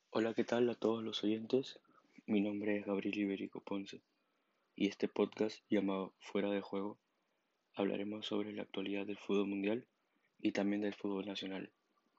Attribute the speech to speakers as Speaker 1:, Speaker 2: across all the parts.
Speaker 1: Hola, ¿qué tal a todos los oyentes? Mi nombre es Gabriel Iberico Ponce y este podcast llamado Fuera de Juego hablaremos sobre la actualidad del fútbol mundial y también del fútbol nacional.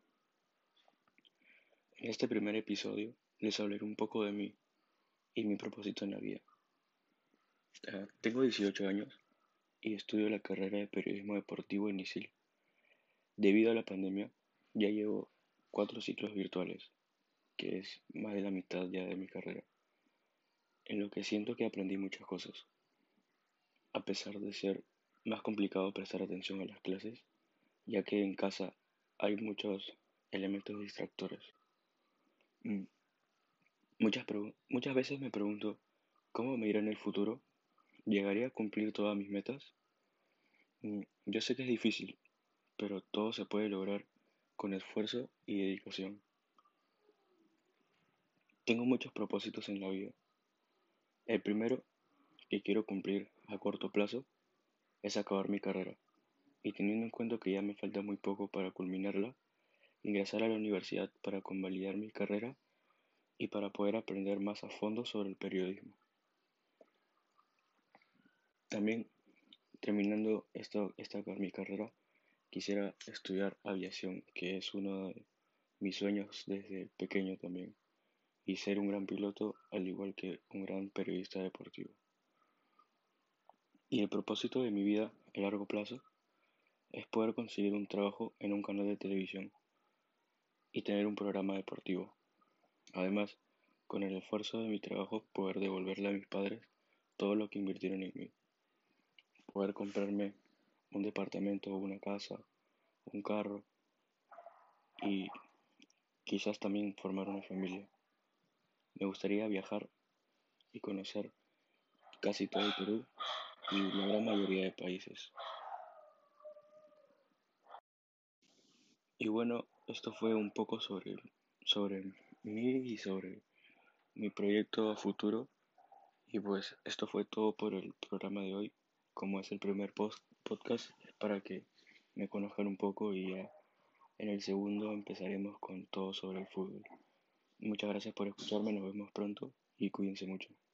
Speaker 1: En este primer episodio les hablaré un poco de mí y mi propósito en la vida. Tengo 18 años y estudio la carrera de periodismo deportivo en ISIL. Debido a la pandemia ya llevo 4 ciclos virtuales, que es más de la mitad ya de mi carrera, en lo que siento que aprendí muchas cosas. A pesar de ser más complicado prestar atención a las clases, ya que en casa hay muchos elementos distractores. Mm, muchas veces me pregunto, ¿cómo me irá en el futuro? ¿Llegaré a cumplir todas mis metas? Yo sé que es difícil, pero todo se puede lograr con esfuerzo y dedicación. Tengo muchos propósitos en la vida. El primero que quiero cumplir a corto plazo es acabar mi carrera, y teniendo en cuenta que ya me falta muy poco para culminarla, ingresar a la universidad para convalidar mi carrera y para poder aprender más a fondo sobre el periodismo. También, terminando mi carrera, quisiera estudiar aviación, que es uno de mis sueños desde pequeño también, y ser un gran piloto al igual que un gran periodista deportivo. Y el propósito de mi vida a largo plazo es poder conseguir un trabajo en un canal de televisión y tener un programa deportivo. Además, con el esfuerzo de mi trabajo, poder devolverle a mis padres todo lo que invirtieron en mí. Poder comprarme un departamento, una casa, un carro y quizás también formar una familia. Me gustaría viajar y conocer casi todo el Perú y la gran mayoría de países. Y bueno, esto fue un poco sobre mí y sobre mi proyecto a futuro. Y pues esto fue todo por el programa de hoy. Como es el primer podcast, para que me conozcan un poco y ya en el segundo empezaremos con todo sobre el fútbol. Muchas gracias por escucharme, nos vemos pronto y cuídense mucho.